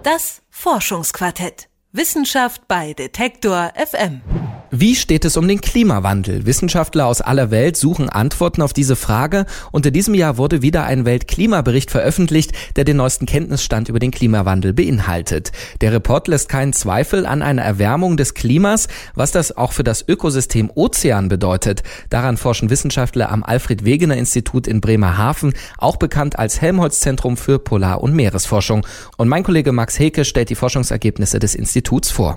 Das Forschungsquartett. Wissenschaft bei Detektor FM. Wie steht es um den Klimawandel? Wissenschaftler aus aller Welt suchen Antworten auf diese Frage und in diesem Jahr wurde wieder ein Weltklimabericht veröffentlicht, der den neuesten Kenntnisstand über den Klimawandel beinhaltet. Der Report lässt keinen Zweifel an einer Erwärmung des Klimas, was das auch für das Ökosystem Ozean bedeutet. Daran forschen Wissenschaftler am Alfred-Wegener-Institut in Bremerhaven, auch bekannt als Helmholtz-Zentrum für Polar- und Meeresforschung. Und mein Kollege Max Heke stellt die Forschungsergebnisse des Instituts vor.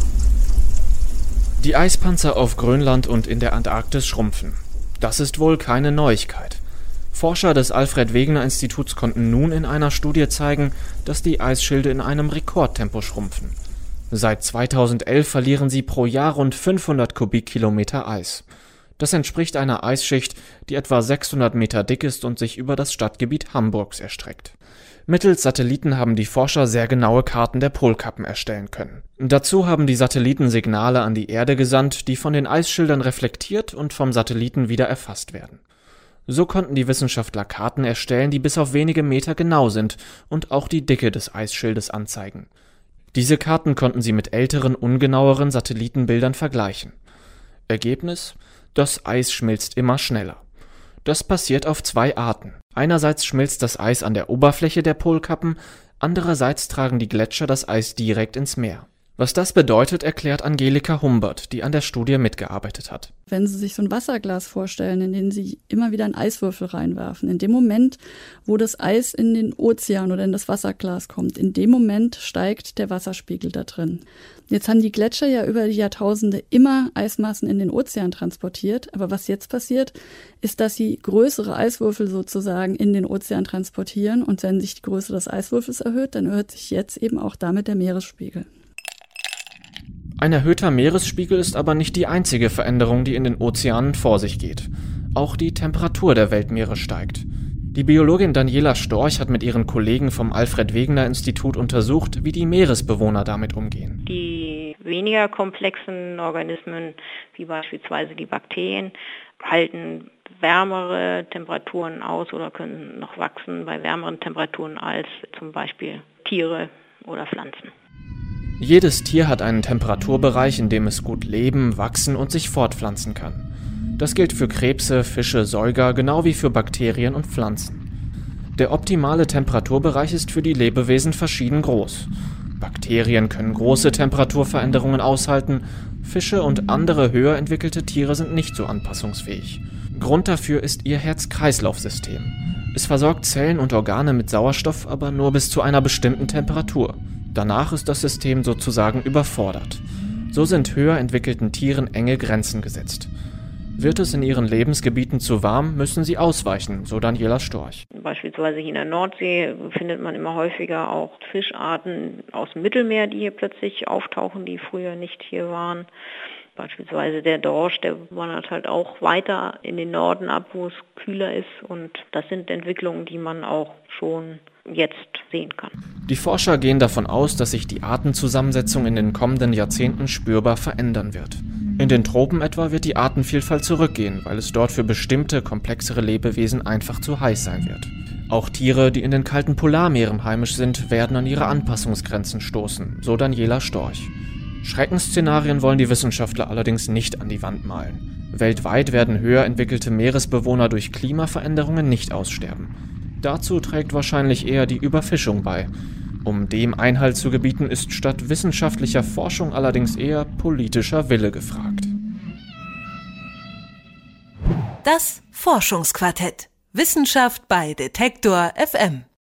Die Eispanzer auf Grönland und in der Antarktis schrumpfen. Das ist wohl keine Neuigkeit. Forscher des Alfred-Wegener-Instituts konnten nun in einer Studie zeigen, dass die Eisschilde in einem Rekordtempo schrumpfen. Seit 2011 verlieren sie pro Jahr rund 500 Kubikkilometer Eis. Das entspricht einer Eisschicht, die etwa 600 Meter dick ist und sich über das Stadtgebiet Hamburgs erstreckt. Mittels Satelliten haben die Forscher sehr genaue Karten der Polkappen erstellen können. Dazu haben die Satelliten Signale an die Erde gesandt, die von den Eisschildern reflektiert und vom Satelliten wieder erfasst werden. So konnten die Wissenschaftler Karten erstellen, die bis auf wenige Meter genau sind und auch die Dicke des Eisschildes anzeigen. Diese Karten konnten sie mit älteren, ungenaueren Satellitenbildern vergleichen. Ergebnis: Das Eis schmilzt immer schneller. Das passiert auf zwei Arten. Einerseits schmilzt das Eis an der Oberfläche der Polkappen, andererseits tragen die Gletscher das Eis direkt ins Meer. Was das bedeutet, erklärt Angelika Humbert, die an der Studie mitgearbeitet hat. Wenn Sie sich so ein Wasserglas vorstellen, in den Sie immer wieder einen Eiswürfel reinwerfen, in dem Moment, wo das Eis in den Ozean oder in das Wasserglas kommt, in dem Moment steigt der Wasserspiegel da drin. Jetzt haben die Gletscher ja über die Jahrtausende immer Eismassen in den Ozean transportiert. Aber was jetzt passiert, ist, dass sie größere Eiswürfel sozusagen in den Ozean transportieren. Und wenn sich die Größe des Eiswürfels erhöht, dann erhöht sich jetzt eben auch damit der Meeresspiegel. Ein erhöhter Meeresspiegel ist aber nicht die einzige Veränderung, die in den Ozeanen vor sich geht. Auch die Temperatur der Weltmeere steigt. Die Biologin Daniela Storch hat mit ihren Kollegen vom Alfred-Wegener-Institut untersucht, wie die Meeresbewohner damit umgehen. Die weniger komplexen Organismen, wie beispielsweise die Bakterien, halten wärmere Temperaturen aus oder können noch wachsen bei wärmeren Temperaturen als zum Beispiel Tiere oder Pflanzen. Jedes Tier hat einen Temperaturbereich, in dem es gut leben, wachsen und sich fortpflanzen kann. Das gilt für Krebse, Fische, Säuger, genau wie für Bakterien und Pflanzen. Der optimale Temperaturbereich ist für die Lebewesen verschieden groß. Bakterien können große Temperaturveränderungen aushalten, Fische und andere höher entwickelte Tiere sind nicht so anpassungsfähig. Grund dafür ist ihr Herz-Kreislauf-System. Es versorgt Zellen und Organe mit Sauerstoff, aber nur bis zu einer bestimmten Temperatur. Danach ist das System sozusagen überfordert. So sind höher entwickelten Tieren enge Grenzen gesetzt. Wird es in ihren Lebensgebieten zu warm, müssen sie ausweichen, so Daniela Storch. Beispielsweise hier in der Nordsee findet man immer häufiger auch Fischarten aus dem Mittelmeer, die hier plötzlich auftauchen, die früher nicht hier waren. Beispielsweise der Dorsch, der wandert halt auch weiter in den Norden ab, wo es kühler ist. Und das sind Entwicklungen, die man auch schon jetzt sehen kann. Die Forscher gehen davon aus, dass sich die Artenzusammensetzung in den kommenden Jahrzehnten spürbar verändern wird. In den Tropen etwa wird die Artenvielfalt zurückgehen, weil es dort für bestimmte, komplexere Lebewesen einfach zu heiß sein wird. Auch Tiere, die in den kalten Polarmeeren heimisch sind, werden an ihre Anpassungsgrenzen stoßen, so Daniela Storch. Schreckensszenarien wollen die Wissenschaftler allerdings nicht an die Wand malen. Weltweit werden höher entwickelte Meeresbewohner durch Klimaveränderungen nicht aussterben. Dazu trägt wahrscheinlich eher die Überfischung bei. Um dem Einhalt zu gebieten, ist statt wissenschaftlicher Forschung allerdings eher politischer Wille gefragt. Das Forschungsquartett. Wissenschaft bei Detektor FM.